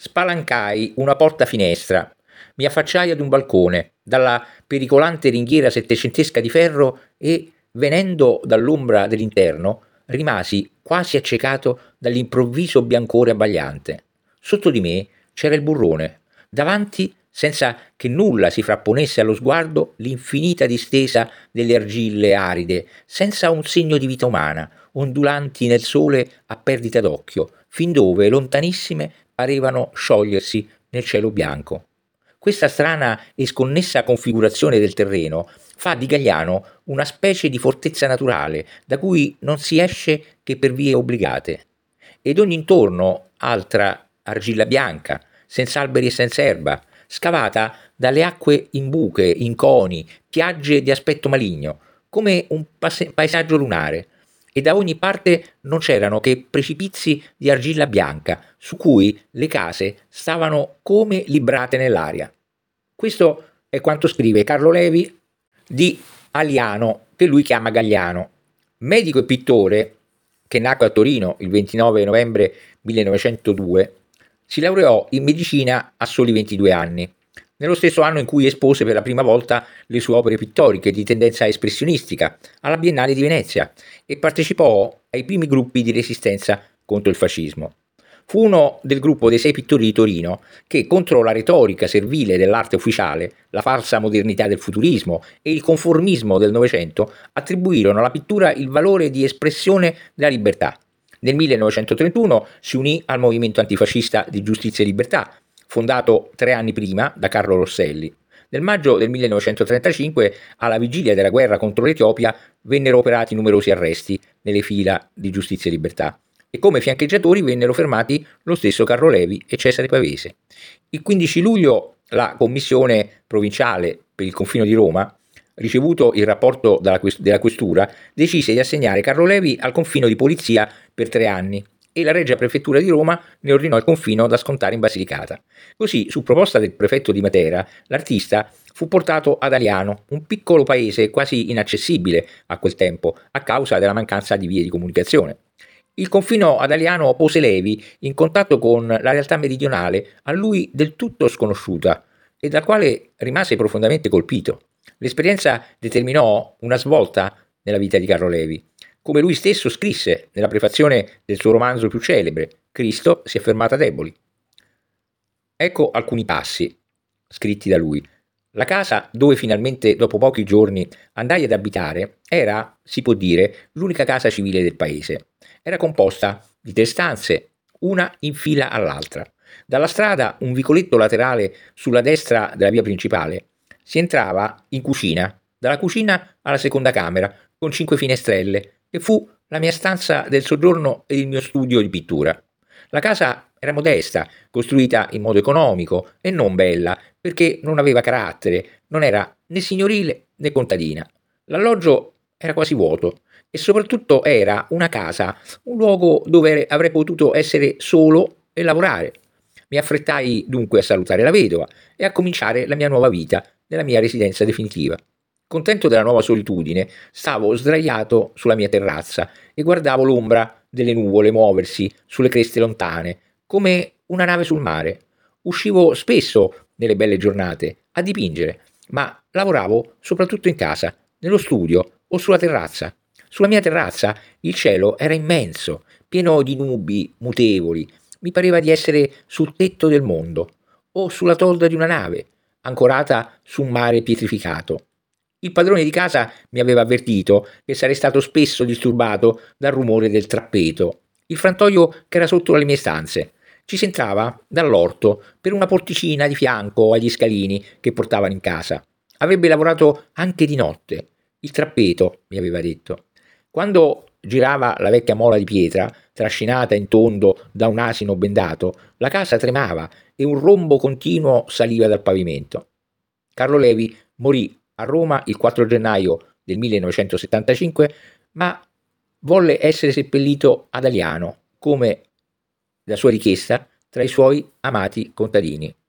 Spalancai una porta-finestra, mi affacciai ad un balcone, dalla pericolante ringhiera settecentesca di ferro e, venendo dall'ombra dell'interno, rimasi quasi accecato dall'improvviso biancore abbagliante. Sotto di me c'era il burrone, davanti, senza che nulla si frapponesse allo sguardo, l'infinita distesa delle argille aride, senza un segno di vita umana, ondulanti nel sole a perdita d'occhio, fin dove, lontanissime, parevano sciogliersi nel cielo bianco. Questa strana e sconnessa configurazione del terreno fa di Gagliano una specie di fortezza naturale da cui non si esce che per vie obbligate. Ed ogni intorno altra argilla bianca, senza alberi e senza erba, scavata dalle acque in buche, in coni, piagge di aspetto maligno, come un paesaggio lunare, e da ogni parte non c'erano che precipizi di argilla bianca su cui le case stavano come librate nell'aria. Questo è quanto scrive Carlo Levi di Aliano, che lui chiama Gagliano. Medico e pittore, che nacque a Torino il 29 novembre 1902, si laureò in medicina a soli 22 anni, nello stesso anno in cui espose per la prima volta le sue opere pittoriche di tendenza espressionistica alla Biennale di Venezia e partecipò ai primi gruppi di resistenza contro il fascismo. Fu uno del gruppo dei 6 pittori di Torino che, contro la retorica servile dell'arte ufficiale, la falsa modernità del futurismo e il conformismo del Novecento, attribuirono alla pittura il valore di espressione della libertà. Nel 1931 si unì al movimento antifascista di Giustizia e Libertà, fondato 3 anni prima da Carlo Rosselli. Nel maggio del 1935, alla vigilia della guerra contro l'Etiopia, vennero operati numerosi arresti nelle fila di Giustizia e Libertà e come fiancheggiatori vennero fermati lo stesso Carlo Levi e Cesare Pavese. Il 15 luglio la Commissione Provinciale per il Confino di Roma, ricevuto il rapporto della Questura, decise di assegnare Carlo Levi al confino di polizia per 3 anni e la Regia Prefettura di Roma ne ordinò il confino da scontare in Basilicata. Così, su proposta del prefetto di Matera, l'artista fu portato ad Aliano, un piccolo paese quasi inaccessibile a quel tempo a causa della mancanza di vie di comunicazione. Il confino ad Aliano pose Levi in contatto con la realtà meridionale, a lui del tutto sconosciuta, e dal quale rimase profondamente colpito. L'esperienza determinò una svolta nella vita di Carlo Levi. Come lui stesso scrisse nella prefazione del suo romanzo più celebre, Cristo si è fermato a deboli. Ecco alcuni passi scritti da lui. La casa dove finalmente dopo pochi giorni andai ad abitare era, si può dire, l'unica casa civile del paese. Era composta di 3 stanze, una in fila all'altra. Dalla strada, un vicoletto laterale sulla destra della via principale, si entrava in cucina, dalla cucina alla seconda camera, con 5 finestrelle, e fu la mia stanza del soggiorno e il mio studio di pittura. La casa era modesta, costruita in modo economico e non bella, perché non aveva carattere, non era né signorile né contadina. L'alloggio era quasi vuoto e soprattutto era una casa, un luogo dove avrei potuto essere solo e lavorare. Mi affrettai dunque a salutare la vedova e a cominciare la mia nuova vita nella mia residenza definitiva. Contento della nuova solitudine, stavo sdraiato sulla mia terrazza e guardavo l'ombra delle nuvole muoversi sulle creste lontane, come una nave sul mare. Uscivo spesso nelle belle giornate a dipingere, ma lavoravo soprattutto in casa, nello studio o sulla terrazza. Sulla mia terrazza il cielo era immenso, pieno di nubi mutevoli. Mi pareva di essere sul tetto del mondo o sulla tolda di una nave, ancorata su un mare pietrificato. Il padrone di casa mi aveva avvertito che sarei stato spesso disturbato dal rumore del trappeto, il frantoio che era sotto le mie stanze. Ci si entrava dall'orto per una porticina di fianco agli scalini che portavano in casa. Avrebbe lavorato anche di notte. Il trappeto, mi aveva detto. Quando girava la vecchia mola di pietra, trascinata in tondo da un asino bendato, la casa tremava e un rombo continuo saliva dal pavimento. Carlo Levi morì a Roma il 4 gennaio del 1975, ma volle essere seppellito ad Aliano, come da sua richiesta, tra i suoi amati contadini.